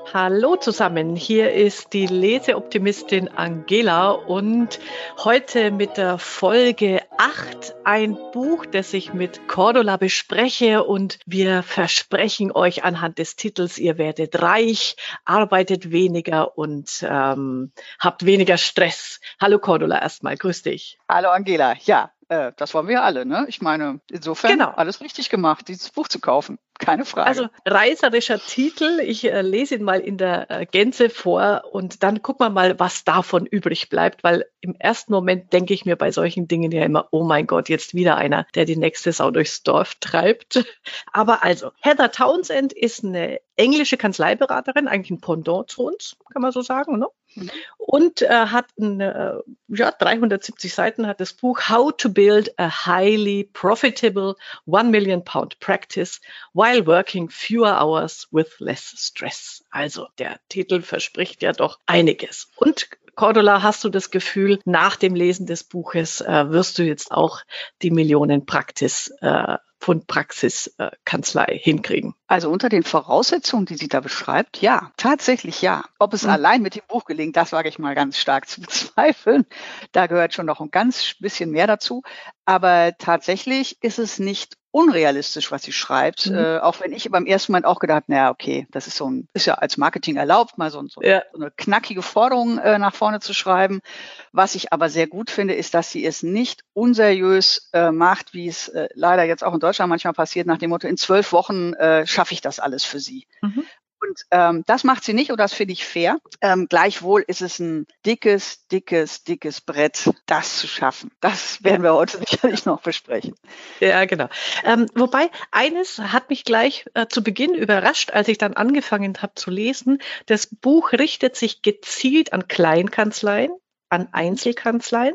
Hallo zusammen, hier ist die Leseoptimistin Angela und heute mit der Folge 8 ein Buch, das ich mit Cordula bespreche, und wir versprechen euch anhand des Titels, ihr werdet reich, arbeitet weniger und habt weniger Stress. Hallo Cordula erstmal, grüß dich. Hallo Angela, ja, das wollen wir alle, ne? Ich meine, insofern Genau. alles richtig gemacht, dieses Buch zu kaufen, keine Frage. Also reißerischer Titel, ich lese ihn mal in der Gänze vor und dann gucken wir mal, was davon übrig bleibt, weil im ersten Moment denke ich mir bei solchen Dingen ja immer, oh mein Gott, jetzt wieder einer, der die nächste Sau durchs Dorf treibt. Aber also, Heather Townsend ist eine englische Kanzleiberaterin, eigentlich ein Pendant zu uns, kann man so sagen, ne? Und hat 370 Seiten hat das Buch How to Build a Highly Profitable £1 Million Practice While Working Fewer Hours with Less Stress. Also der Titel verspricht ja doch einiges. Und Cordula, hast du das Gefühl, nach dem Lesen des Buches wirst du jetzt auch die Millionen-Pfund-Praxis-Kanzlei hinkriegen? Also unter den Voraussetzungen, die sie da beschreibt, ja, tatsächlich ja. Ob es allein mit dem Buch gelingt, das wage ich mal ganz stark zu bezweifeln. Da gehört schon noch ein ganz bisschen mehr dazu. Aber tatsächlich ist es nicht unrealistisch, was sie schreibt. Auch wenn ich beim ersten Moment auch gedacht, naja, okay, das ist ist ja als Marketing erlaubt, mal so eine knackige Forderung nach vorne zu schreiben. Was ich aber sehr gut finde, ist, dass sie es nicht unseriös macht, wie es leider jetzt auch in Deutschland manchmal passiert, nach dem Motto, in 12 Wochen schaffe ich das alles für sie. Und das macht sie nicht, und das finde ich fair. Gleichwohl ist es ein dickes Brett, das zu schaffen. Das werden wir heute sicherlich noch besprechen. Ja, genau. Wobei, eines hat mich gleich zu Beginn überrascht, als ich dann angefangen habe zu lesen. Das Buch richtet sich gezielt an Kleinkanzleien, an Einzelkanzleien.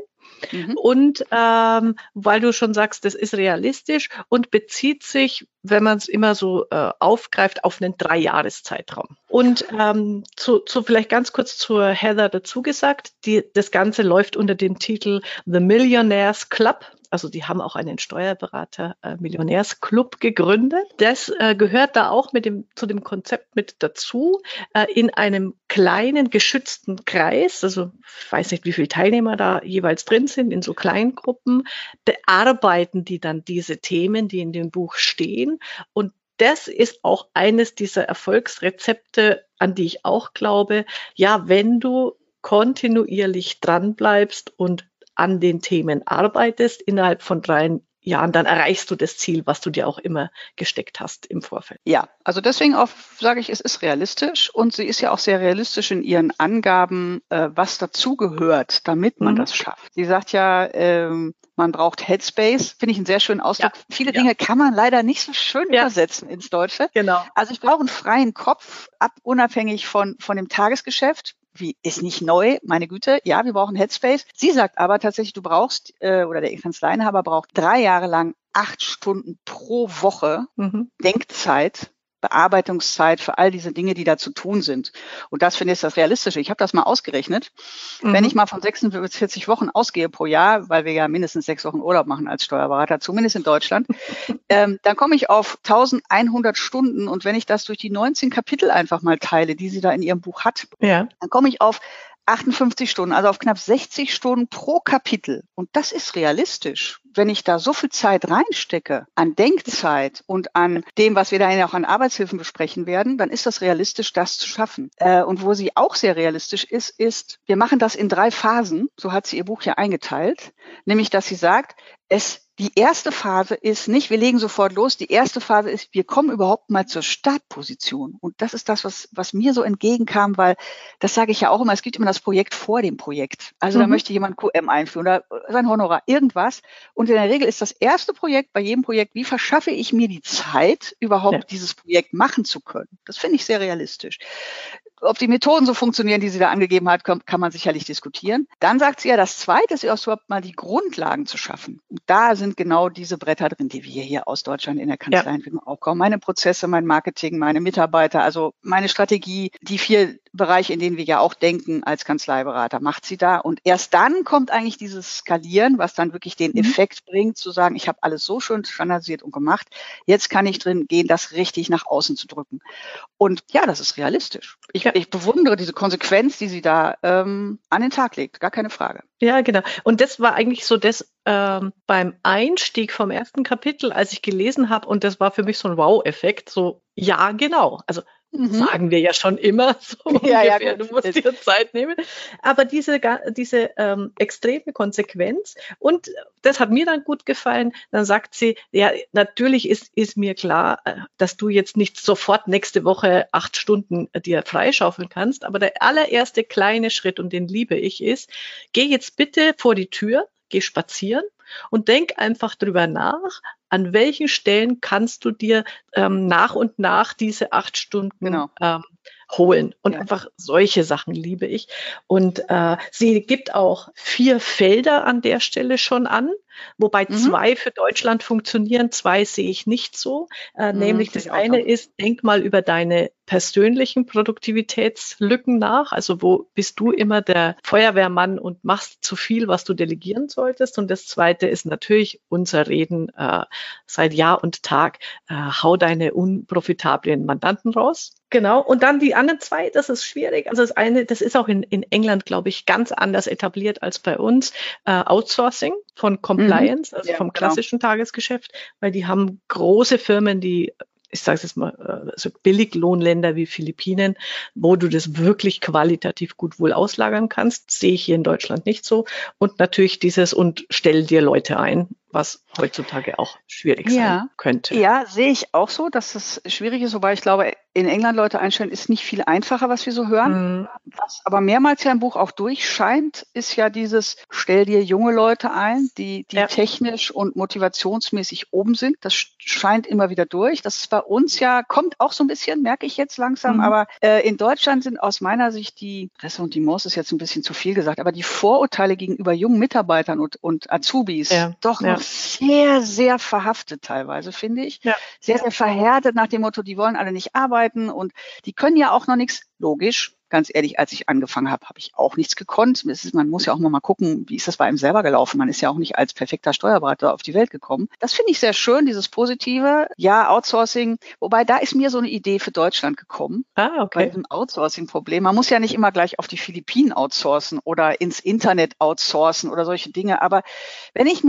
Und weil du schon sagst, das ist realistisch und bezieht sich, wenn man es immer so aufgreift, auf einen 3-Jahres-Zeitraum. Und vielleicht ganz kurz zur Heather dazu gesagt, das Ganze läuft unter dem Titel The Millionaires Club. Also die haben auch einen Steuerberater Millionärsclub gegründet. Das gehört da auch zu dem Konzept mit dazu. In einem kleinen geschützten Kreis, also ich weiß nicht, wie viele Teilnehmer da jeweils drin sind, in so Kleingruppen, bearbeiten die dann diese Themen, die in dem Buch stehen. Und das ist auch eines dieser Erfolgsrezepte, an die ich auch glaube. Ja, wenn du kontinuierlich dranbleibst und an den Themen arbeitest innerhalb von 3 Jahren, dann erreichst du das Ziel, was du dir auch immer gesteckt hast im Vorfeld. Ja, also deswegen auch sage ich, es ist realistisch, und sie ist ja auch sehr realistisch in ihren Angaben, was dazugehört, damit man das schafft. Sie sagt ja, man braucht Headspace, finde ich einen sehr schönen Ausdruck. Ja, viele Dinge kann man leider nicht so schön übersetzen ins Deutsche. Genau. Also ich brauche einen freien Kopf, unabhängig von dem Tagesgeschäft. Wie ist nicht neu, meine Güte. Ja, wir brauchen Headspace. Sie sagt aber tatsächlich, du brauchst, oder der Kanzleienhaber braucht 3 Jahre lang 8 Stunden pro Woche Denkzeit, Bearbeitungszeit für all diese Dinge, die da zu tun sind. Und das finde ich das Realistische. Ich habe das mal ausgerechnet. Wenn ich mal von 46 Wochen ausgehe pro Jahr, weil wir ja mindestens 6 Wochen Urlaub machen als Steuerberater, zumindest in Deutschland, dann komme ich auf 1100 Stunden. Und wenn ich das durch die 19 Kapitel einfach mal teile, die sie da in ihrem Buch hat, dann komme ich auf 58 Stunden, also auf knapp 60 Stunden pro Kapitel. Und das ist realistisch. Wenn ich da so viel Zeit reinstecke, an Denkzeit und an dem, was wir dann auch an Arbeitshilfen besprechen werden, dann ist das realistisch, das zu schaffen. Und wo sie auch sehr realistisch ist, wir machen das in 3 Phasen. So hat sie ihr Buch ja eingeteilt. Nämlich, dass sie sagt, die erste Phase ist nicht, wir legen sofort los. Die erste Phase ist, wir kommen überhaupt mal zur Startposition. Und das ist das, was mir so entgegenkam, weil das sage ich ja auch immer, es gibt immer das Projekt vor dem Projekt. Also da möchte jemand QM einführen oder sein Honorar, irgendwas. Und in der Regel ist das erste Projekt bei jedem Projekt, wie verschaffe ich mir die Zeit, überhaupt dieses Projekt machen zu können? Das finde ich sehr realistisch. Ob die Methoden so funktionieren, die sie da angegeben hat, kann man sicherlich diskutieren. Dann sagt sie ja, das Zweite ist überhaupt mal die Grundlagen zu schaffen. Und da sind genau diese Bretter drin, die wir hier aus Deutschland in der Kanzleientwicklung aufbauen. Meine Prozesse, mein Marketing, meine Mitarbeiter, also meine Strategie, die 4 Bereiche, in denen wir ja auch denken als Kanzleiberater, macht sie da. Und erst dann kommt eigentlich dieses Skalieren, was dann wirklich den Effekt bringt, zu sagen, ich habe alles so schön standardisiert und gemacht, jetzt kann ich drin gehen, das richtig nach außen zu drücken. Und ja, das ist realistisch. Ich bewundere diese Konsequenz, die sie da an den Tag legt, gar keine Frage. Ja, genau. Und das war eigentlich so das beim Einstieg vom ersten Kapitel, als ich gelesen habe, und das war für mich so ein Wow-Effekt, so, ja, genau. Also sagen wir ja schon immer so ungefähr, ja, du musst dir Zeit nehmen. Aber diese extreme Konsequenz, und das hat mir dann gut gefallen, dann sagt sie, ja, natürlich ist mir klar, dass du jetzt nicht sofort nächste Woche 8 Stunden dir freischaufeln kannst, aber der allererste kleine Schritt, und den liebe ich, ist, geh jetzt bitte vor die Tür, geh spazieren und denk einfach drüber nach, an welchen Stellen kannst du dir nach und nach diese 8 Stunden holen. Und einfach solche Sachen liebe ich. Und sie gibt auch 4 Felder an der Stelle schon an, wobei 2 für Deutschland funktionieren, 2 sehe ich nicht so. Nämlich das eine ist, denk mal über deine persönlichen Produktivitätslücken nach. Also wo bist du immer der Feuerwehrmann und machst zu viel, was du delegieren solltest? Und das zweite ist natürlich unser Reden seit Jahr und Tag. Hau deine unprofitablen Mandanten raus. Genau. Und dann die anderen 2, das ist schwierig. Also das eine, das ist auch in England, glaube ich, ganz anders etabliert als bei uns. Outsourcing von Compliance, also vom klassischen Tagesgeschäft, weil die haben große Firmen, die, ich sage es jetzt mal, so Billiglohnländer wie Philippinen, wo du das wirklich qualitativ gut wohl auslagern kannst, sehe ich hier in Deutschland nicht so. Und natürlich dieses und stell dir Leute ein, was heutzutage auch schwierig sein könnte. Ja, sehe ich auch so, dass das schwierig ist, wobei ich glaube, in England Leute einstellen ist nicht viel einfacher, was wir so hören. Was aber mehrmals ja im Buch auch durchscheint, ist ja dieses, stell dir junge Leute ein, die technisch und motivationsmäßig oben sind. Das scheint immer wieder durch. Das ist bei uns ja, kommt auch so ein bisschen, merke ich jetzt langsam, aber in Deutschland sind aus meiner Sicht die Ressentiments ist jetzt ein bisschen zu viel gesagt, aber die Vorurteile gegenüber jungen Mitarbeitern und Azubis doch noch sehr, sehr verhaftet teilweise, finde ich. Ja. Sehr, sehr verhärtet nach dem Motto, die wollen alle nicht arbeiten und die können ja auch noch nichts, logisch. Ganz ehrlich, als ich angefangen habe, habe ich auch nichts gekonnt. Man muss ja auch mal gucken, wie ist das bei einem selber gelaufen. Man ist ja auch nicht als perfekter Steuerberater auf die Welt gekommen. Das finde ich sehr schön, dieses Positive. Ja, Outsourcing. Wobei, da ist mir so eine Idee für Deutschland gekommen. Bei diesem Outsourcing-Problem. Man muss ja nicht immer gleich auf die Philippinen outsourcen oder ins Internet outsourcen oder solche Dinge. Aber wenn ich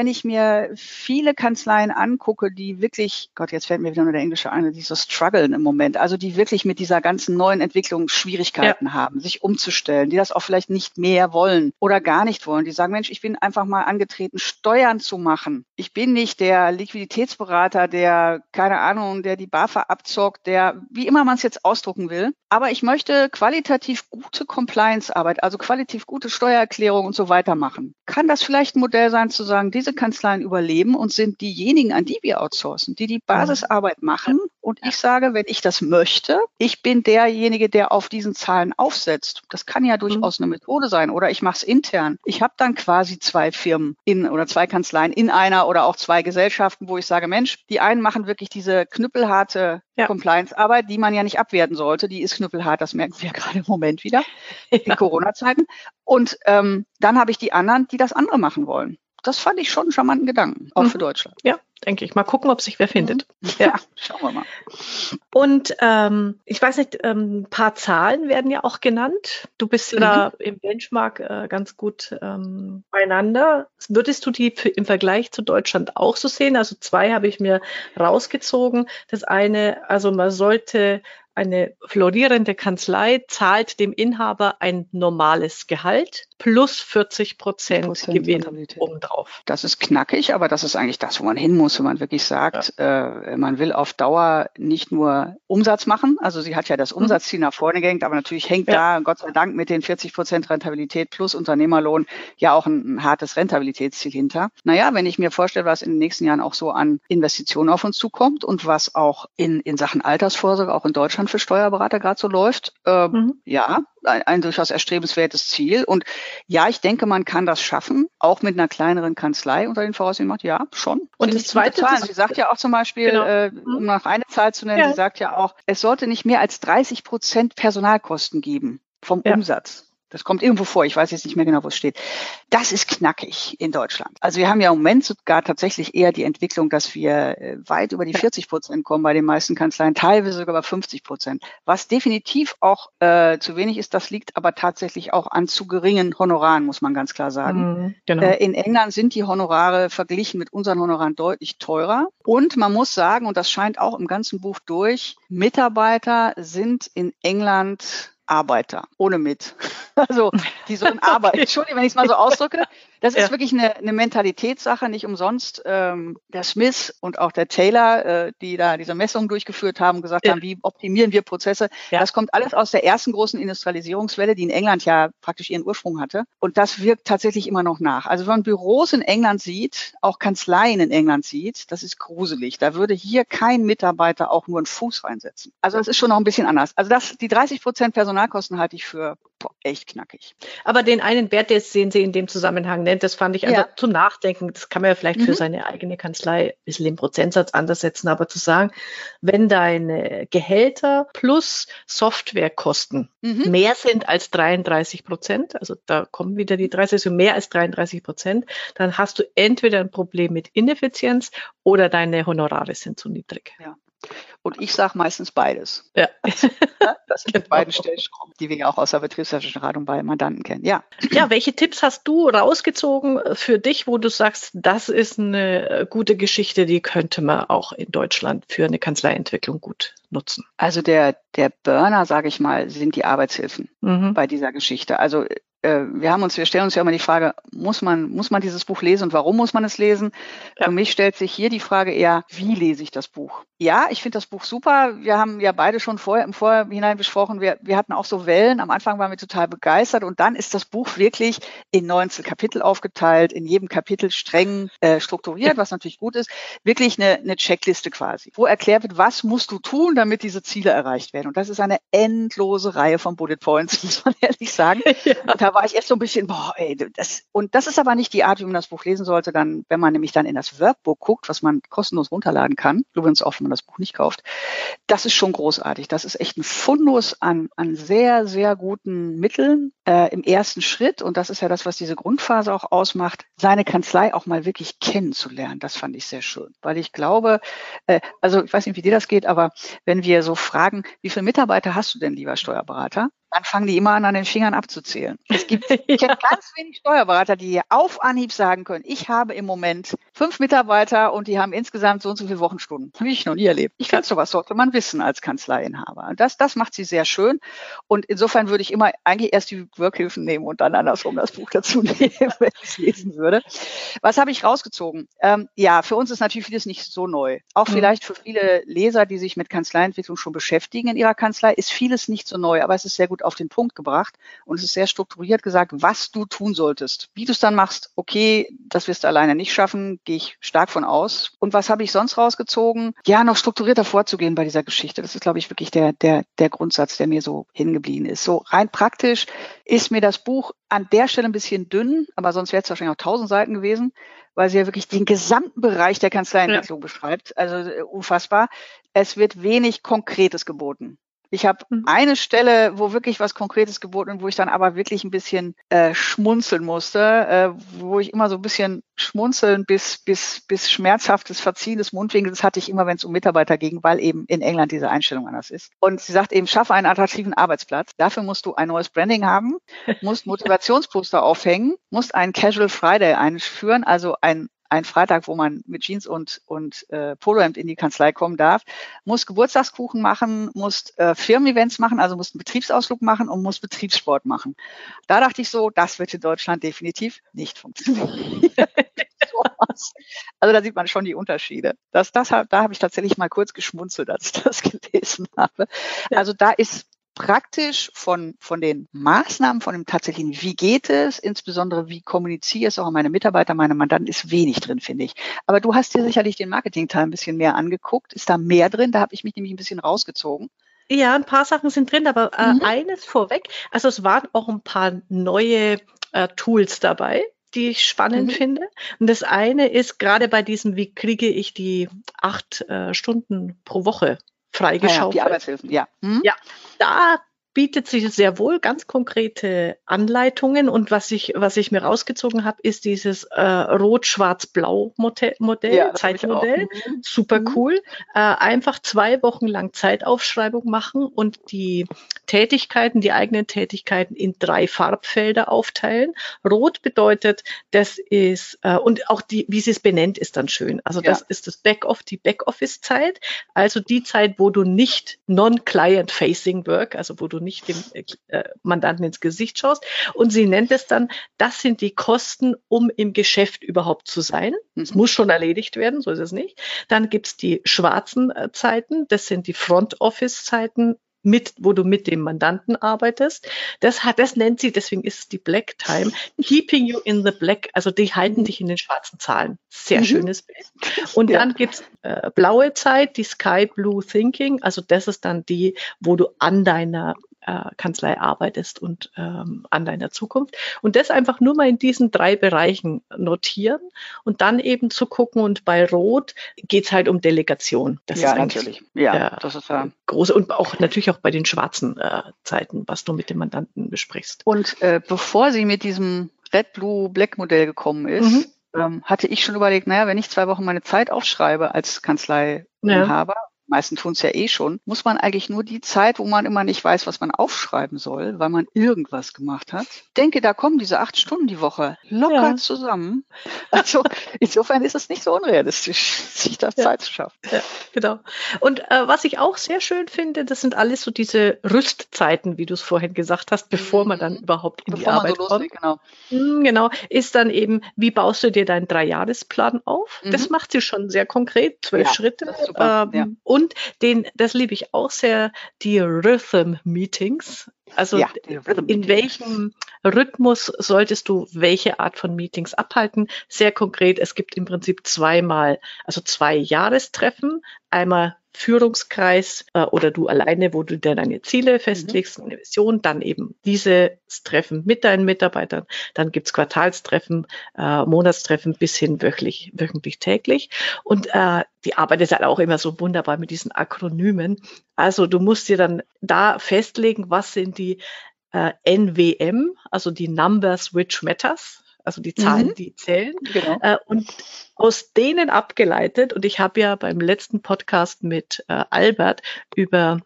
mir viele Kanzleien angucke, die wirklich, Gott, jetzt fällt mir wieder nur der Englische ein, die so strugglen im Moment. Also die wirklich mit dieser ganzen neuen Entwicklung Schwierigkeiten haben, sich umzustellen, die das auch vielleicht nicht mehr wollen oder gar nicht wollen. Die sagen, Mensch, ich bin einfach mal angetreten, Steuern zu machen. Ich bin nicht der Liquiditätsberater, der, keine Ahnung, der die BAFA abzockt, der, wie immer man es jetzt ausdrucken will. Aber ich möchte qualitativ gute Compliance-Arbeit, also qualitativ gute Steuererklärung und so weiter machen. Kann das vielleicht ein Modell sein, zu sagen, diese Kanzleien überleben und sind diejenigen, an die wir outsourcen, die Basisarbeit machen? Und ich sage, wenn ich das möchte, ich bin derjenige, der auf diesen Zahlen aufsetzt. Das kann ja durchaus eine Methode sein. Oder ich mache es intern. Ich habe dann quasi 2 Firmen oder 2 Kanzleien in einer oder auch 2 Gesellschaften, wo ich sage, Mensch, die einen machen wirklich diese knüppelharte Compliance-Arbeit, die man ja nicht abwerten sollte. Die ist knüppelhart, das merken wir gerade im Moment wieder, in Corona-Zeiten. Und dann habe ich die anderen, die das andere machen wollen. Das fand ich schon einen charmanten Gedanken, auch für Deutschland. Ja, denke ich. Mal gucken, ob sich wer findet. Ja, schauen wir mal. Und ich weiß nicht, ein paar Zahlen werden ja auch genannt. Du bist ja da im Benchmark ganz gut beieinander. Würdest du die im Vergleich zu Deutschland auch so sehen? Also 2 habe ich mir rausgezogen. Das eine, also man sollte eine florierende Kanzlei zahlt dem Inhaber ein normales Gehalt plus 40% Gewinn obendrauf. Das ist knackig, aber das ist eigentlich das, wo man hin muss, wenn man wirklich sagt, man will auf Dauer nicht nur Umsatz machen. Also sie hat ja das Umsatzziel nach vorne gehängt, aber natürlich hängt da, Gott sei Dank, mit den 40% Rentabilität plus Unternehmerlohn ja auch ein hartes Rentabilitätsziel hinter. Naja, wenn ich mir vorstelle, was in den nächsten Jahren auch so an Investitionen auf uns zukommt und was auch in Sachen Altersvorsorge auch in Deutschland für Steuerberater gerade so läuft, ja, ein durchaus erstrebenswertes Ziel. Und Ja, ich denke, man kann das schaffen, auch mit einer kleineren Kanzlei unter den Voraussetzungen. Ja, schon. Und das Zweite, Zahlen. Sie sagt ja auch zum Beispiel, genau. um noch eine Zahl zu nennen, Ja. sie sagt ja auch, es sollte nicht mehr als 30% Personalkosten geben vom Umsatz. Das kommt irgendwo vor, ich weiß jetzt nicht mehr genau, wo es steht. Das ist knackig in Deutschland. Also wir haben ja im Moment sogar tatsächlich eher die Entwicklung, dass wir weit über die 40% kommen bei den meisten Kanzleien, teilweise sogar bei 50%. Was definitiv auch zu wenig ist, das liegt aber tatsächlich auch an zu geringen Honoraren, muss man ganz klar sagen. Genau. In England sind die Honorare verglichen mit unseren Honoraren deutlich teurer. Und man muss sagen, und das scheint auch im ganzen Buch durch, Mitarbeiter sind in England Arbeiter, ohne mit. Also die sollen arbeiten. Entschuldigung, wenn ich es mal so ausdrücke. Das ist wirklich eine Mentalitätssache, nicht umsonst. Der Smith und auch der Taylor, die da diese Messungen durchgeführt haben, gesagt haben, wie optimieren wir Prozesse. Das kommt alles aus der ersten großen Industrialisierungswelle, die in England ja praktisch ihren Ursprung hatte. Und das wirkt tatsächlich immer noch nach. Also wenn man Büros in England sieht, auch Kanzleien in England sieht, das ist gruselig. Da würde hier kein Mitarbeiter auch nur einen Fuß reinsetzen. Also das ist schon noch ein bisschen anders. Also die 30% Personalkosten halte ich für echt knackig. Aber den einen Wert, den Sie in dem Zusammenhang nennt, das fand ich einfach zum Nachdenken. Das kann man ja vielleicht für seine eigene Kanzlei ein bisschen im Prozentsatz anders setzen, aber zu sagen, wenn deine Gehälter plus Softwarekosten mehr sind als 33%, also da kommen wieder die 30, also mehr als 33%, dann hast du entweder ein Problem mit Ineffizienz oder deine Honorare sind zu niedrig. Ja. Und ich sage meistens beides. Ja. Das sind die beiden Stellschrauben, die wir ja auch aus der betriebswirtschaftlichen Beratung bei Mandanten kennen. Ja, welche Tipps hast du rausgezogen für dich, wo du sagst, das ist eine gute Geschichte, die könnte man auch in Deutschland für eine Kanzleientwicklung gut nutzen? Also der Burner, sage ich mal, sind die Arbeitshilfen bei dieser Geschichte. Also wir stellen uns ja immer die Frage, muss man dieses Buch lesen und warum muss man es lesen? Für mich stellt sich hier die Frage eher, wie lese ich das Buch? Ja, ich finde das Buch super. Wir haben ja beide schon im Vorhinein besprochen, wir hatten auch so Wellen. Am Anfang waren wir total begeistert und dann ist das Buch wirklich in 19 Kapitel aufgeteilt, in jedem Kapitel streng strukturiert, was natürlich gut ist. Wirklich eine Checkliste quasi, wo erklärt wird, was musst du tun, damit diese Ziele erreicht werden. Und das ist eine endlose Reihe von Bullet Points, muss man ehrlich sagen. Und da war ich erst so ein bisschen, das ist aber nicht die Art, wie man das Buch lesen sollte, dann, wenn man nämlich dann in das Workbook guckt, was man kostenlos runterladen kann, übrigens auch, wenn man das Buch nicht kauft, das ist schon großartig. Das ist echt ein Fundus an sehr, sehr guten Mitteln im ersten Schritt. Und das ist ja das, was diese Grundphase auch ausmacht, seine Kanzlei auch mal wirklich kennenzulernen. Das fand ich sehr schön, weil ich glaube, also ich weiß nicht, wie dir das geht, aber wenn wir so fragen, wie viele Mitarbeiter hast du denn, lieber Steuerberater? Dann fangen die immer an den Fingern abzuzählen. Ich kenne ganz wenig Steuerberater, die auf Anhieb sagen können, ich habe im Moment 5 Mitarbeiter und die haben insgesamt so und so viele Wochenstunden. Habe ich noch nie erlebt. Ich finde, sowas sollte man wissen als Kanzleiinhaber. Und das macht sie sehr schön. Und insofern würde ich immer eigentlich erst die Workhilfen nehmen und dann andersrum das Buch dazu nehmen, wenn ich es lesen würde. Was habe ich rausgezogen? Für uns ist natürlich vieles nicht so neu. Auch vielleicht für viele Leser, die sich mit Kanzleientwicklung schon beschäftigen in ihrer Kanzlei, ist vieles nicht so neu, aber es ist sehr gut auf den Punkt gebracht und es ist sehr strukturiert gesagt, was du tun solltest. Wie du es dann machst, okay, das wirst du alleine nicht schaffen, gehe ich stark von aus. Und was habe ich sonst rausgezogen? Ja, noch strukturierter vorzugehen bei dieser Geschichte. Das ist, glaube ich, wirklich der Grundsatz, der mir so hingeblieben ist. So rein praktisch ist mir das Buch an der Stelle ein bisschen dünn, aber sonst wäre es wahrscheinlich auch 1000 Seiten gewesen, weil sie ja wirklich den gesamten Bereich der Kanzleientwicklung beschreibt. Also unfassbar. Es wird wenig Konkretes geboten. Ich habe eine Stelle, wo wirklich was Konkretes geboten und wo ich dann aber wirklich ein bisschen schmunzeln musste, wo ich immer so ein bisschen schmunzeln bis schmerzhaftes Verziehen des Mundwinkels, das hatte ich immer, wenn es um Mitarbeiter ging, weil eben in England diese Einstellung anders ist. Und sie sagt eben, schaffe einen attraktiven Arbeitsplatz. Dafür musst du ein neues Branding haben, musst Motivationsposter aufhängen, musst einen Casual Friday einführen, also ein Freitag, wo man mit Jeans und Polohemd in die Kanzlei kommen darf, muss Geburtstagskuchen machen, muss Firmen-Events machen, also muss einen Betriebsausflug machen und muss Betriebssport machen. Da dachte ich so, das wird in Deutschland definitiv nicht funktionieren. Also da sieht man schon die Unterschiede. Da habe ich tatsächlich mal kurz geschmunzelt, als ich das gelesen habe. Also da ist praktisch von den Maßnahmen, von dem tatsächlichen, wie geht es, insbesondere wie kommuniziere es auch an meine Mitarbeiter, meine Mandanten, ist wenig drin, finde ich. Aber du hast dir sicherlich den Marketing-Teil ein bisschen mehr angeguckt. Ist da mehr drin? Da habe ich mich nämlich ein bisschen rausgezogen. Ja, ein paar Sachen sind drin, aber eines vorweg. Also es waren auch ein paar neue Tools dabei, die ich spannend finde. Und das eine ist gerade bei diesem, wie kriege ich die 8 Stunden pro Woche freigeschaufelt. Die Arbeitshilfen, ja. Ja, da bietet sich sehr wohl ganz konkrete Anleitungen. Und was ich mir rausgezogen habe, ist dieses Rot-Schwarz-Blau-Modell, Zeitmodell. Super cool. Einfach 2 Wochen lang Zeitaufschreibung machen und die eigenen Tätigkeiten in 3 Farbfelder aufteilen. Rot bedeutet, das ist, und auch wie sie es benennt, ist dann schön. Also das ist die Backoffice-Zeit, also die Zeit, wo du nicht non-client-facing work, also wo du nicht dem Mandanten ins Gesicht schaust. Und sie nennt es dann, das sind die Kosten, um im Geschäft überhaupt zu sein. Es muss schon erledigt werden, so ist es nicht. Dann gibt's die schwarzen Zeiten, das sind die Front-Office-Zeiten, wo du mit dem Mandanten arbeitest. Das nennt sie, deswegen ist es die Black Time, keeping you in the black, also die halten dich in den schwarzen Zahlen. Sehr schönes Bild. Und dann gibt's blaue Zeit, die Sky Blue Thinking, also das ist dann die, wo du an deiner Kanzlei arbeitest und an deiner Zukunft. Und das einfach nur mal in diesen 3 Bereichen notieren und dann eben zu gucken. Und bei Rot geht's halt um Delegation. Das ist natürlich. Ja, das ist ja große und auch natürlich auch bei den schwarzen Zeiten, was du mit dem Mandanten besprichst. Und bevor sie mit diesem Red-Blue-Black-Modell gekommen ist, hatte ich schon überlegt, wenn ich 2 Wochen meine Zeit aufschreibe als Kanzleiinhaber, meisten tun es ja schon, muss man eigentlich nur die Zeit, wo man immer nicht weiß, was man aufschreiben soll, weil man irgendwas gemacht hat. Ich denke, da kommen diese 8 Stunden die Woche locker zusammen. Also insofern ist es nicht so unrealistisch, sich da Zeit zu schaffen. Ja, genau. Und was ich auch sehr schön finde, das sind alles so diese Rüstzeiten, wie du es vorhin gesagt hast, bevor man dann überhaupt in die Arbeit kommt. Genau, ist dann eben, wie baust du dir deinen 3-Jahresplan auf? Das macht sie schon sehr konkret, 12 Schritte. Und das liebe ich auch sehr, die Rhythm-Meetings. Also in welchem Rhythmus solltest du welche Art von Meetings abhalten? Sehr konkret, es gibt im Prinzip 2 Jahrestreffen, einmal Führungskreis oder du alleine, wo du dir deine Ziele festlegst, eine Vision, dann eben dieses Treffen mit deinen Mitarbeitern, dann gibt's Quartalstreffen, Monatstreffen bis hin wöchentlich täglich. Und die Arbeit ist halt auch immer so wunderbar mit diesen Akronymen. Also du musst dir dann da festlegen, was sind die NWM, also die Numbers which matters, also die Zahlen, die zählen. Genau. Und aus denen abgeleitet, und ich habe ja beim letzten Podcast mit Albert über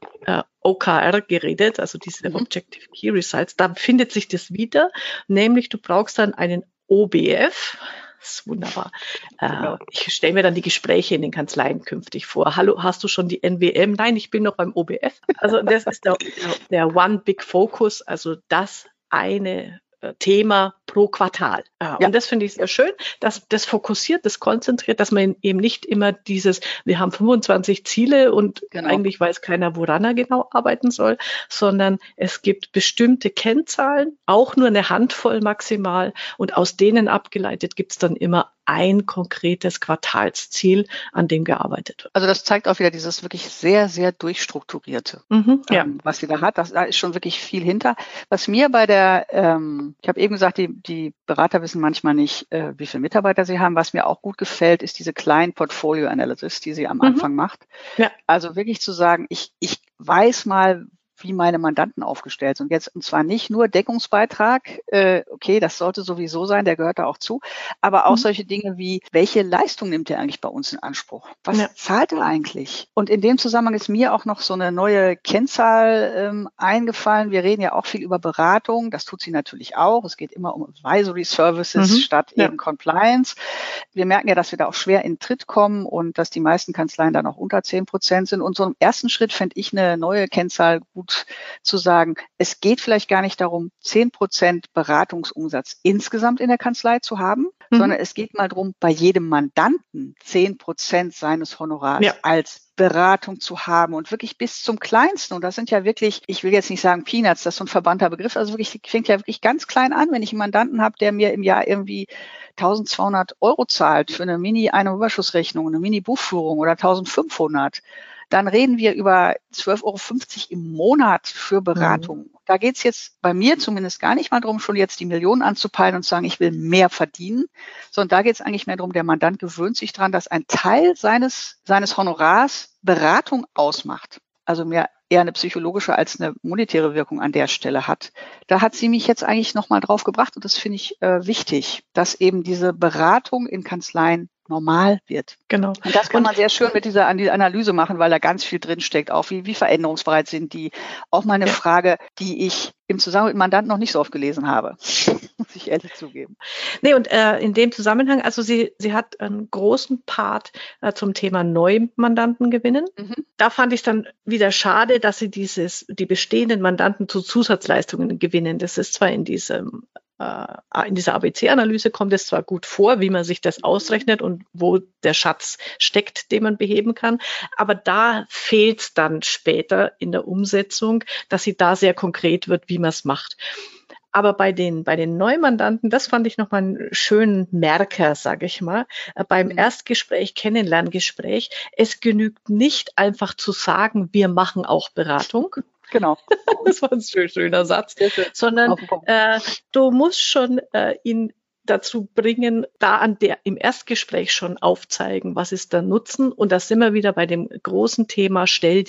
OKR geredet, also diese Objective Key Results, da findet sich das wieder, nämlich du brauchst dann einen OBF. Das ist wunderbar. Ich stelle mir dann die Gespräche in den Kanzleien künftig vor. Hallo, hast du schon die NWM? Nein, ich bin noch beim OBF. Also das ist der One Big Focus, also das eine Thema pro Quartal. Und das finde ich sehr schön, dass das fokussiert, das konzentriert, dass man eben nicht immer wir haben 25 Ziele und eigentlich weiß keiner, woran er genau arbeiten soll, sondern es gibt bestimmte Kennzahlen, auch nur eine Handvoll maximal, und aus denen abgeleitet gibt es dann immer ein konkretes Quartalsziel, an dem gearbeitet wird. Also das zeigt auch wieder dieses wirklich sehr, sehr durchstrukturierte, was sie da hat. Da ist schon wirklich viel hinter. Was mir bei ich habe eben gesagt, die Berater wissen manchmal nicht, wie viele Mitarbeiter sie haben. Was mir auch gut gefällt, ist diese kleinen Portfolio-Analysis, die sie am Anfang macht. Ja. Also wirklich zu sagen, ich weiß mal, wie meine Mandanten aufgestellt sind. Und zwar nicht nur Deckungsbeitrag, okay, das sollte sowieso sein, der gehört da auch zu, aber auch solche Dinge wie, welche Leistung nimmt er eigentlich bei uns in Anspruch? Was zahlt er eigentlich? Und in dem Zusammenhang ist mir auch noch so eine neue Kennzahl eingefallen. Wir reden ja auch viel über Beratung, das tut sie natürlich auch. Es geht immer um Advisory Services statt eben Compliance. Wir merken ja, dass wir da auch schwer in Tritt kommen und dass die meisten Kanzleien da noch unter 10% sind. Und so im ersten Schritt fände ich eine neue Kennzahl gut zu sagen, es geht vielleicht gar nicht darum, 10% Beratungsumsatz insgesamt in der Kanzlei zu haben, sondern es geht mal darum, bei jedem Mandanten 10% seines Honorars als Beratung zu haben und wirklich bis zum Kleinsten. Und das sind ja wirklich, ich will jetzt nicht sagen Peanuts, das ist so ein verbannter Begriff, also wirklich fängt ja wirklich ganz klein an, wenn ich einen Mandanten habe, der mir im Jahr irgendwie 1.200 € zahlt für eine Mini-Einnahmenüberschussrechnung, eine Mini-Buchführung oder 1.500. Dann reden wir über 12,50 € im Monat für Beratung. da geht's jetzt bei mir zumindest gar nicht mal darum, schon jetzt die Millionen anzupeilen und zu sagen, ich will mehr verdienen, sondern da geht's eigentlich mehr darum, der Mandant gewöhnt sich dran, dass ein Teil seines Honorars Beratung ausmacht. Also mehr eher eine psychologische als eine monetäre Wirkung an der Stelle hat. Da hat sie mich jetzt eigentlich nochmal drauf gebracht und das finde ich wichtig, dass eben diese Beratung in Kanzleien normal wird. Genau. Und das kann man sehr schön mit dieser Analyse machen, weil da ganz viel drinsteckt, auch wie veränderungsbereit sind die. Auch mal eine Frage, die ich im Zusammenhang mit Mandanten noch nicht so oft gelesen habe, muss ich ehrlich zugeben. Nee, und in dem Zusammenhang, also sie hat einen großen Part zum Thema Neumandanten gewinnen. Da fand ich es dann wieder schade, dass sie die bestehenden Mandanten zu Zusatzleistungen gewinnen. Das ist zwar in dieser ABC-Analyse kommt es zwar gut vor, wie man sich das ausrechnet und wo der Schatz steckt, den man beheben kann, aber da fehlt es dann später in der Umsetzung, dass sie da sehr konkret wird, wie man es macht. Aber bei den Neumandanten, das fand ich nochmal einen schönen Merker, sage ich mal, beim Erstgespräch, Kennenlerngespräch. Es genügt nicht einfach zu sagen, wir machen auch Beratung. Genau. Das war ein schöner Satz. Sondern du musst schon ihn dazu bringen, im Erstgespräch schon aufzeigen, was ist der Nutzen. Und da sind wir wieder bei dem großen Thema,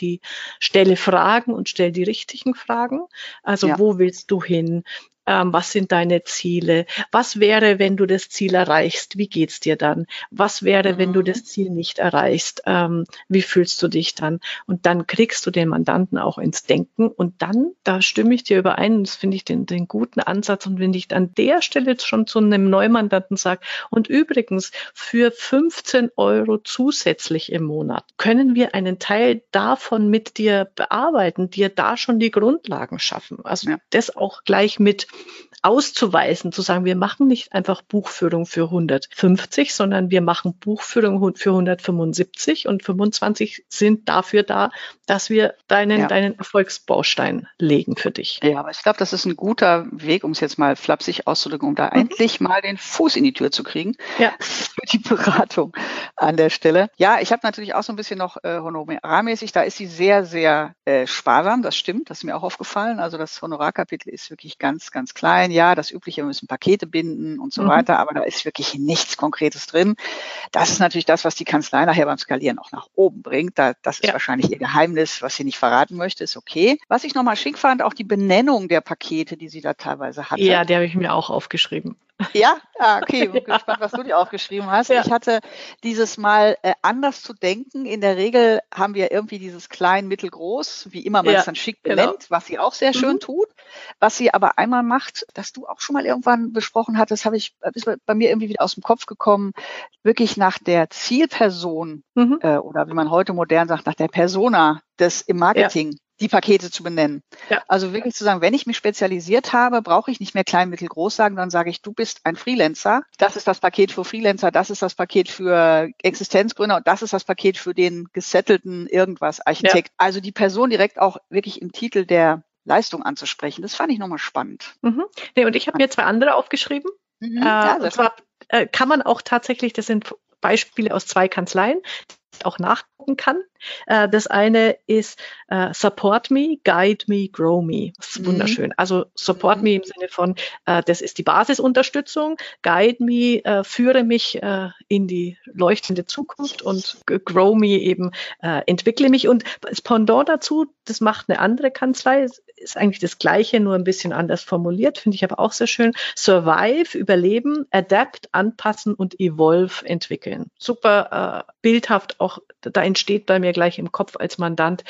stelle Fragen und stell die richtigen Fragen. Also wo willst du hin? Was sind deine Ziele? Was wäre, wenn du das Ziel erreichst? Wie geht's dir dann? Was wäre, wenn du das Ziel nicht erreichst? Wie fühlst du dich dann? Und dann kriegst du den Mandanten auch ins Denken. Und dann, da stimme ich dir überein, das finde ich den guten Ansatz. Und wenn ich an der Stelle jetzt schon zu einem Neumandanten sage, und übrigens für 15 € zusätzlich im Monat können wir einen Teil davon mit dir bearbeiten, dir da schon die Grundlagen schaffen. Also das auch gleich mit auszuweisen, zu sagen, wir machen nicht einfach Buchführung für 150, sondern wir machen Buchführung für 175 und 25 sind dafür da, dass wir deinen Erfolgsbaustein legen für dich. Ja, aber ich glaube, das ist ein guter Weg, um es jetzt mal flapsig auszudrücken, um da endlich mal den Fuß in die Tür zu kriegen für die Beratung an der Stelle. Ja, ich habe natürlich auch so ein bisschen noch honorarmäßig, da ist sie sehr, sehr sparsam, das stimmt, das ist mir auch aufgefallen. Also das Honorarkapitel ist wirklich ganz, ganz klein. Ja, das Übliche, wir müssen Pakete binden und so weiter, aber da ist wirklich nichts Konkretes drin. Das ist natürlich das, was die Kanzlei nachher beim Skalieren auch nach oben bringt. Das ist wahrscheinlich ihr Geheimnis, was sie nicht verraten möchte, ist okay. Was ich nochmal schick fand, auch die Benennung der Pakete, die sie da teilweise hatte. Ja, die habe ich mir auch aufgeschrieben. Ja? Okay, bin gespannt, was du dir aufgeschrieben hast. Ich hatte dieses Mal anders zu denken. In der Regel haben wir irgendwie dieses klein, mittel, groß, wie immer man es dann schick benennt, was sie auch sehr schön tut. Was sie aber einmal macht, dass du auch schon mal irgendwann besprochen hattest, ist bei mir irgendwie wieder aus dem Kopf gekommen, wirklich nach der Zielperson oder wie man heute modern sagt, nach der Persona des im Marketing die Pakete zu benennen. Ja. Also wirklich zu sagen, wenn ich mich spezialisiert habe, brauche ich nicht mehr klein, mittel, groß sagen, dann sage ich, du bist ein Freelancer. Das ist das Paket für Freelancer, das ist das Paket für Existenzgründer und das ist das Paket für den gesettelten irgendwas Architekt. Ja. Also die Person direkt auch wirklich im Titel der Leistung anzusprechen. Das fand ich nochmal spannend. Nee, und ich habe mir 2 andere aufgeschrieben. Und zwar kann man auch tatsächlich, das sind Beispiele aus 2 Kanzleien, auch nachgucken kann. Das eine ist Support Me, Guide Me, Grow Me. Das ist wunderschön. Also Support Me im Sinne von, das ist die Basisunterstützung. Guide Me, führe mich in die leuchtende Zukunft und Grow Me eben, entwickle mich. Und das Pendant dazu, das macht eine andere Kanzlei, ist eigentlich das Gleiche, nur ein bisschen anders formuliert, finde ich aber auch sehr schön. Survive, überleben, adapt, anpassen und evolve, entwickeln. Super bildhaft auch, da entsteht bei mir gleich im Kopf als Mandant,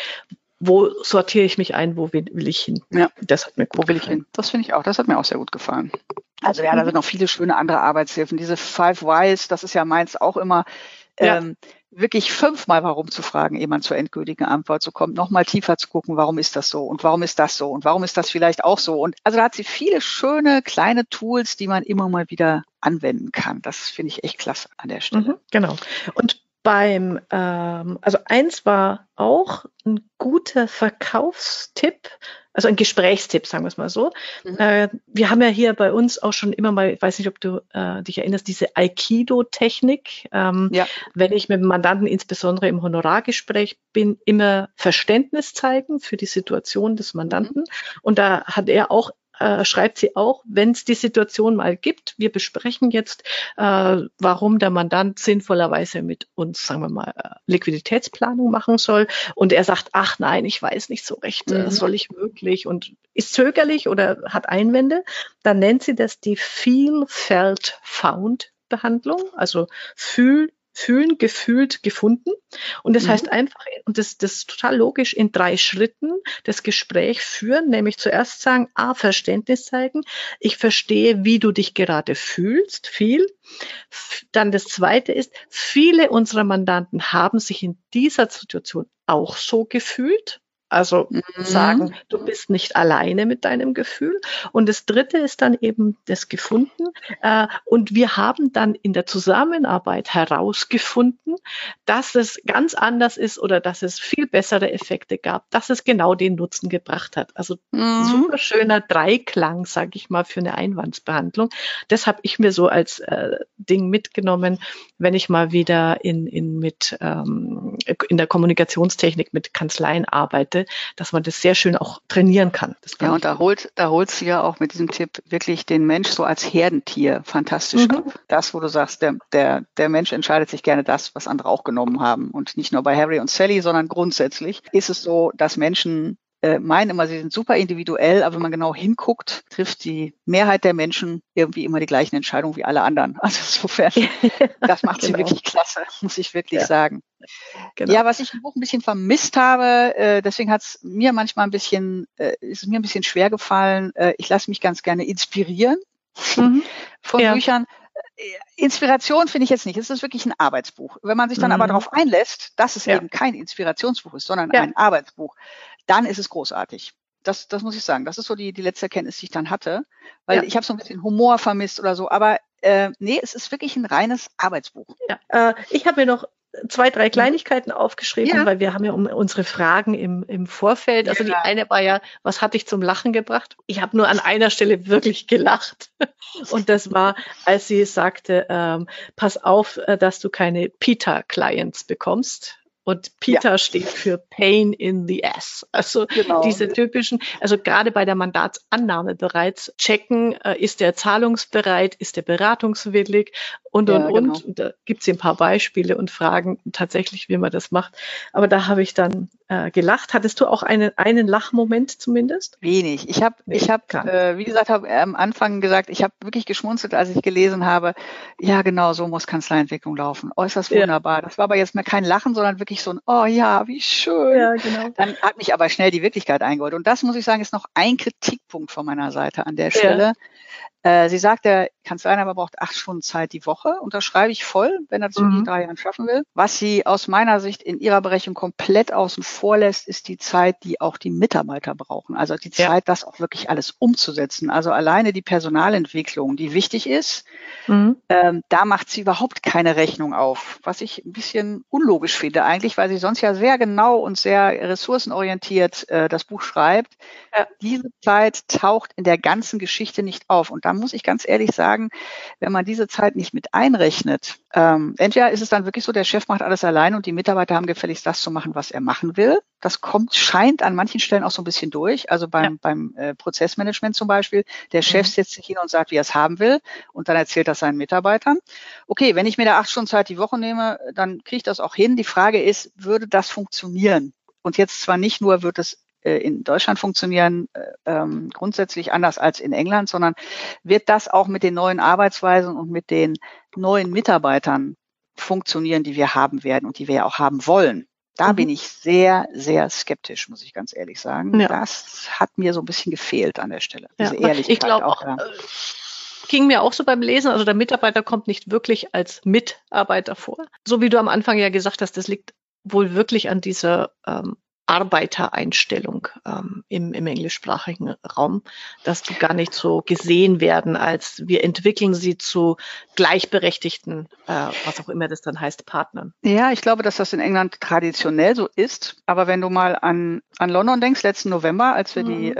wo sortiere ich mich ein, wo will ich hin? Ja, das hat mir gut gefallen. Wo will ich hin? Das finde ich auch, das hat mir auch sehr gut gefallen. Also ja, da sind noch viele schöne andere Arbeitshilfen. Diese 5 Whys, das ist ja meins auch immer, wirklich 5-mal warum zu fragen, ehe man zur endgültigen Antwort so kommt, nochmal tiefer zu gucken, warum ist das so und warum ist das so und warum ist das vielleicht auch so. Und also da hat sie viele schöne kleine Tools, die man immer mal wieder anwenden kann. Das finde ich echt klasse an der Stelle. Genau. Und also eins war auch ein guter Verkaufstipp, also ein Gesprächstipp, sagen wir es mal so. Wir haben ja hier bei uns auch schon immer mal, ich weiß nicht, ob du dich erinnerst, diese Aikido-Technik. Wenn ich mit dem Mandanten insbesondere im Honorargespräch bin, immer Verständnis zeigen für die Situation des Mandanten. Und da hat er auch schreibt sie auch, wenn es die Situation mal gibt, wir besprechen jetzt, warum der Mandant sinnvollerweise mit uns, sagen wir mal, Liquiditätsplanung machen soll. Und er sagt, ach nein, ich weiß nicht so recht, soll ich wirklich? Und ist zögerlich oder hat Einwände. Dann nennt sie das die Feel, Felt, Found Behandlung, also fühlen, gefühlt, gefunden. Und das heißt einfach, und das ist total logisch, in 3 Schritten das Gespräch führen, nämlich zuerst sagen, Verständnis zeigen. Ich verstehe, wie du dich gerade fühlst, viel. Dann das Zweite ist, viele unserer Mandanten haben sich in dieser Situation auch so gefühlt. Also sagen, du bist nicht alleine mit deinem Gefühl. Und das Dritte ist dann eben das Gefunden. Und wir haben dann in der Zusammenarbeit herausgefunden, dass es ganz anders ist oder dass es viel bessere Effekte gab, dass es genau den Nutzen gebracht hat. Also super schöner Dreiklang, sage ich mal, für eine Einwandsbehandlung. Das habe ich mir so als Ding mitgenommen, wenn ich mal wieder in der Kommunikationstechnik mit Kanzleien arbeite, dass man das sehr schön auch trainieren kann. Ja, und da holst du ja auch mit diesem Tipp wirklich den Mensch so als Herdentier fantastisch ab. Das, wo du sagst, der Mensch entscheidet sich gerne das, was andere auch genommen haben. Und nicht nur bei Harry und Sally, sondern grundsätzlich ist es so, dass Menschen meinen immer, sie sind super individuell, aber wenn man genau hinguckt, trifft die Mehrheit der Menschen irgendwie immer die gleichen Entscheidungen wie alle anderen. Also insofern, das macht sie wirklich klasse, muss ich wirklich sagen. Genau. Ja, was ich im Buch ein bisschen vermisst habe, deswegen ist es mir ein bisschen schwer gefallen. Ich lasse mich ganz gerne inspirieren von Büchern. Inspiration finde ich jetzt nicht. Es ist wirklich ein Arbeitsbuch. Wenn man sich dann aber darauf einlässt, dass es eben kein Inspirationsbuch ist, sondern ein Arbeitsbuch, dann ist es großartig. Das muss ich sagen. Das ist so die letzte Erkenntnis, die ich dann hatte, weil ich habe so ein bisschen Humor vermisst oder so. Aber nee, es ist wirklich ein reines Arbeitsbuch. Ja. Ich habe mir noch 2, 3 Kleinigkeiten aufgeschrieben, weil wir haben ja unsere Fragen im Vorfeld. Also die eine war ja, was hat dich zum Lachen gebracht? Ich habe nur an einer Stelle wirklich gelacht. Und das war, als sie sagte, pass auf, dass du keine PITA-Clients bekommst. Und PITA steht für Pain in the Ass. Also diese typischen, also gerade bei der Mandatsannahme bereits checken, ist der zahlungsbereit, ist der beratungswillig und. Und da gibt es ein paar Beispiele und Fragen tatsächlich, wie man das macht. Aber da habe ich dann gelacht. Hattest du auch einen Lachmoment zumindest? Wenig. Ich habe, wie gesagt, am Anfang gesagt, ich habe wirklich geschmunzelt, als ich gelesen habe, ja genau, so muss Kanzleientwicklung laufen. Äußerst wunderbar. Das war aber jetzt mehr kein Lachen, sondern wirklich so ein, oh ja, wie schön. Ja, genau. Dann hat mich aber schnell die Wirklichkeit eingeholt. Und das muss ich sagen, ist noch ein Kritikpunkt von meiner Seite an der Stelle. Sie sagt, der Kanzleiinhaber braucht 8 Stunden Zeit die Woche. Unterschreibe ich voll, wenn er das wirklich in 3 Jahren schaffen will. Was sie aus meiner Sicht in ihrer Berechnung komplett außen vor lässt, ist die Zeit, die auch die Mitarbeiter brauchen. Also die Zeit, das auch wirklich alles umzusetzen. Also alleine die Personalentwicklung, die wichtig ist, da macht sie überhaupt keine Rechnung auf. Was ich ein bisschen unlogisch finde eigentlich, weil sie sonst ja sehr genau und sehr ressourcenorientiert das Buch schreibt. Diese Zeit taucht in der ganzen Geschichte nicht auf. Und da muss ich ganz ehrlich sagen, wenn man diese Zeit nicht mit einrechnet, entweder ist es dann wirklich so, der Chef macht alles allein und die Mitarbeiter haben gefälligst das zu machen, was er machen will. Das scheint an manchen Stellen auch so ein bisschen durch. Also beim Prozessmanagement zum Beispiel. Der Chef setzt sich hin und sagt, wie er es haben will. Und dann erzählt das seinen Mitarbeitern. Okay, wenn ich mir da 8 Stunden Zeit die Woche nehme, dann kriege ich das auch hin. Die Frage ist, würde das funktionieren? Und jetzt zwar nicht nur, wird es in Deutschland funktionieren, grundsätzlich anders als in England, sondern wird das auch mit den neuen Arbeitsweisen und mit den neuen Mitarbeitern funktionieren, die wir haben werden und die wir ja auch haben wollen. Da bin ich sehr, sehr skeptisch, muss ich ganz ehrlich sagen. Ja. Das hat mir so ein bisschen gefehlt an der Stelle, diese Ehrlichkeit. Ich glaube auch, ging mir auch so beim Lesen, also der Mitarbeiter kommt nicht wirklich als Mitarbeiter vor. So wie du am Anfang ja gesagt hast, das liegt wohl wirklich an dieser Arbeitereinstellung im englischsprachigen Raum, dass die gar nicht so gesehen werden, als wir entwickeln sie zu gleichberechtigten, was auch immer das dann heißt, Partnern. Ja, ich glaube, dass das in England traditionell so ist. Aber wenn du mal an London denkst, letzten November, als wir die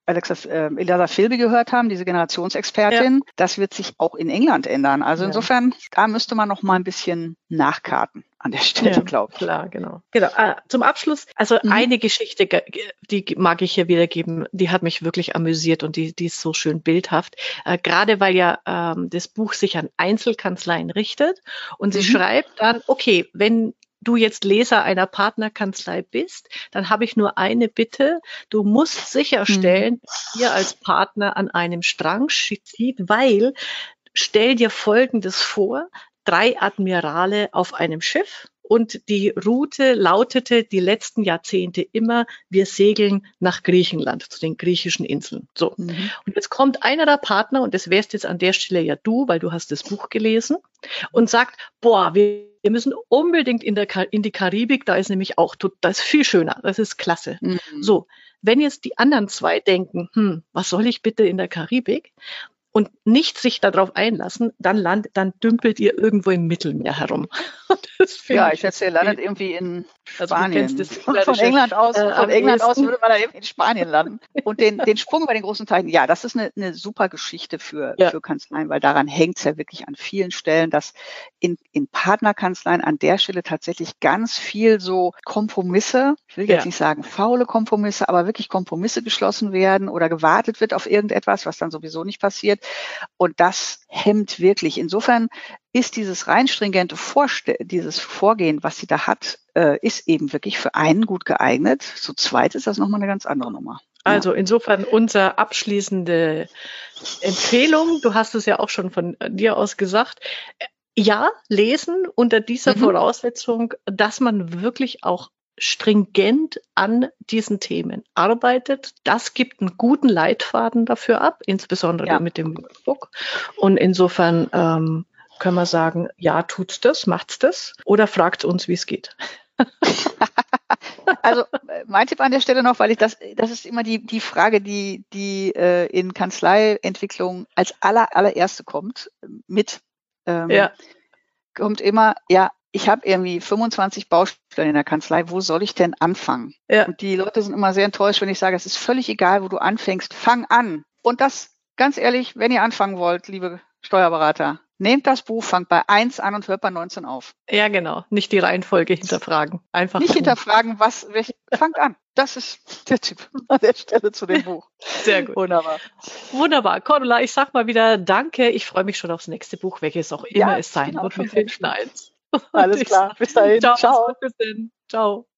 Eliza Filby gehört haben, diese Generationsexpertin, das wird sich auch in England ändern. Also insofern, da müsste man noch mal ein bisschen nachkarten an der Stelle, glaube ich. Klar, genau. Zum Abschluss, also eine Geschichte, die mag ich hier wiedergeben, die hat mich wirklich amüsiert und die ist so schön bildhaft. Gerade weil ja das Buch sich an Einzelkanzleien richtet und sie schreibt dann, okay, wenn du jetzt Leser einer Partnerkanzlei bist, dann habe ich nur eine Bitte. Du musst sicherstellen, dass ihr als Partner an einem Strang zieht, weil stell dir Folgendes vor, 3 Admirale auf einem Schiff und die Route lautete die letzten Jahrzehnte immer, wir segeln nach Griechenland, zu den griechischen Inseln. So. Und jetzt kommt einer der Partner, und das wärst jetzt an der Stelle ja du, weil du hast das Buch gelesen, und sagt, boah, wir müssen unbedingt in die Karibik, da ist nämlich auch, das ist viel schöner, das ist klasse. So, wenn jetzt die anderen 2 denken, was soll ich bitte in der Karibik? Und nicht sich darauf einlassen, dann dümpelt ihr irgendwo im Mittelmeer herum. Ich schätze, ihr landet irgendwie in Spanien. Von England aus würde man da irgendwie in Spanien landen. Und den Sprung bei den großen Teichen, das ist eine super Geschichte für Kanzleien, weil daran hängt es ja wirklich an vielen Stellen, dass in Partnerkanzleien an der Stelle tatsächlich ganz viel so Kompromisse, ich will jetzt nicht sagen faule Kompromisse, aber wirklich Kompromisse geschlossen werden oder gewartet wird auf irgendetwas, was dann sowieso nicht passiert. Und das hemmt wirklich. Insofern ist dieses rein stringente dieses Vorgehen, was sie da hat, ist eben wirklich für einen gut geeignet. Zu zweit ist das nochmal eine ganz andere Nummer. Also insofern unsere abschließende Empfehlung, du hast es ja auch schon von dir aus gesagt, ja, lesen unter dieser Voraussetzung, dass man wirklich auch stringent an diesen Themen arbeitet. Das gibt einen guten Leitfaden dafür ab, insbesondere mit dem Workbook. Und insofern können wir sagen, ja, tut's das, macht's das oder fragt uns, wie es geht. Also mein Tipp an der Stelle noch, weil das ist immer die Frage, die in Kanzleientwicklung als allererste kommt, kommt immer, ich habe irgendwie 25 Baustellen in der Kanzlei, wo soll ich denn anfangen? Und die Leute sind immer sehr enttäuscht, wenn ich sage, es ist völlig egal, wo du anfängst, fang an. Und das, ganz ehrlich, wenn ihr anfangen wollt, liebe Steuerberater, nehmt das Buch, fangt bei 1 an und hört bei 19 auf. Ja, genau. Nicht die Reihenfolge hinterfragen. Einfach nicht hinterfragen, fangt an. Das ist der Tipp an der Stelle zu dem Buch. Sehr gut. Wunderbar. Cordula, ich sag mal wieder Danke. Ich freue mich schon aufs nächste Buch, welches auch immer es sein wird. Wir finden eins. Alles klar. Bis dahin. Ciao. Bis dann. Ciao.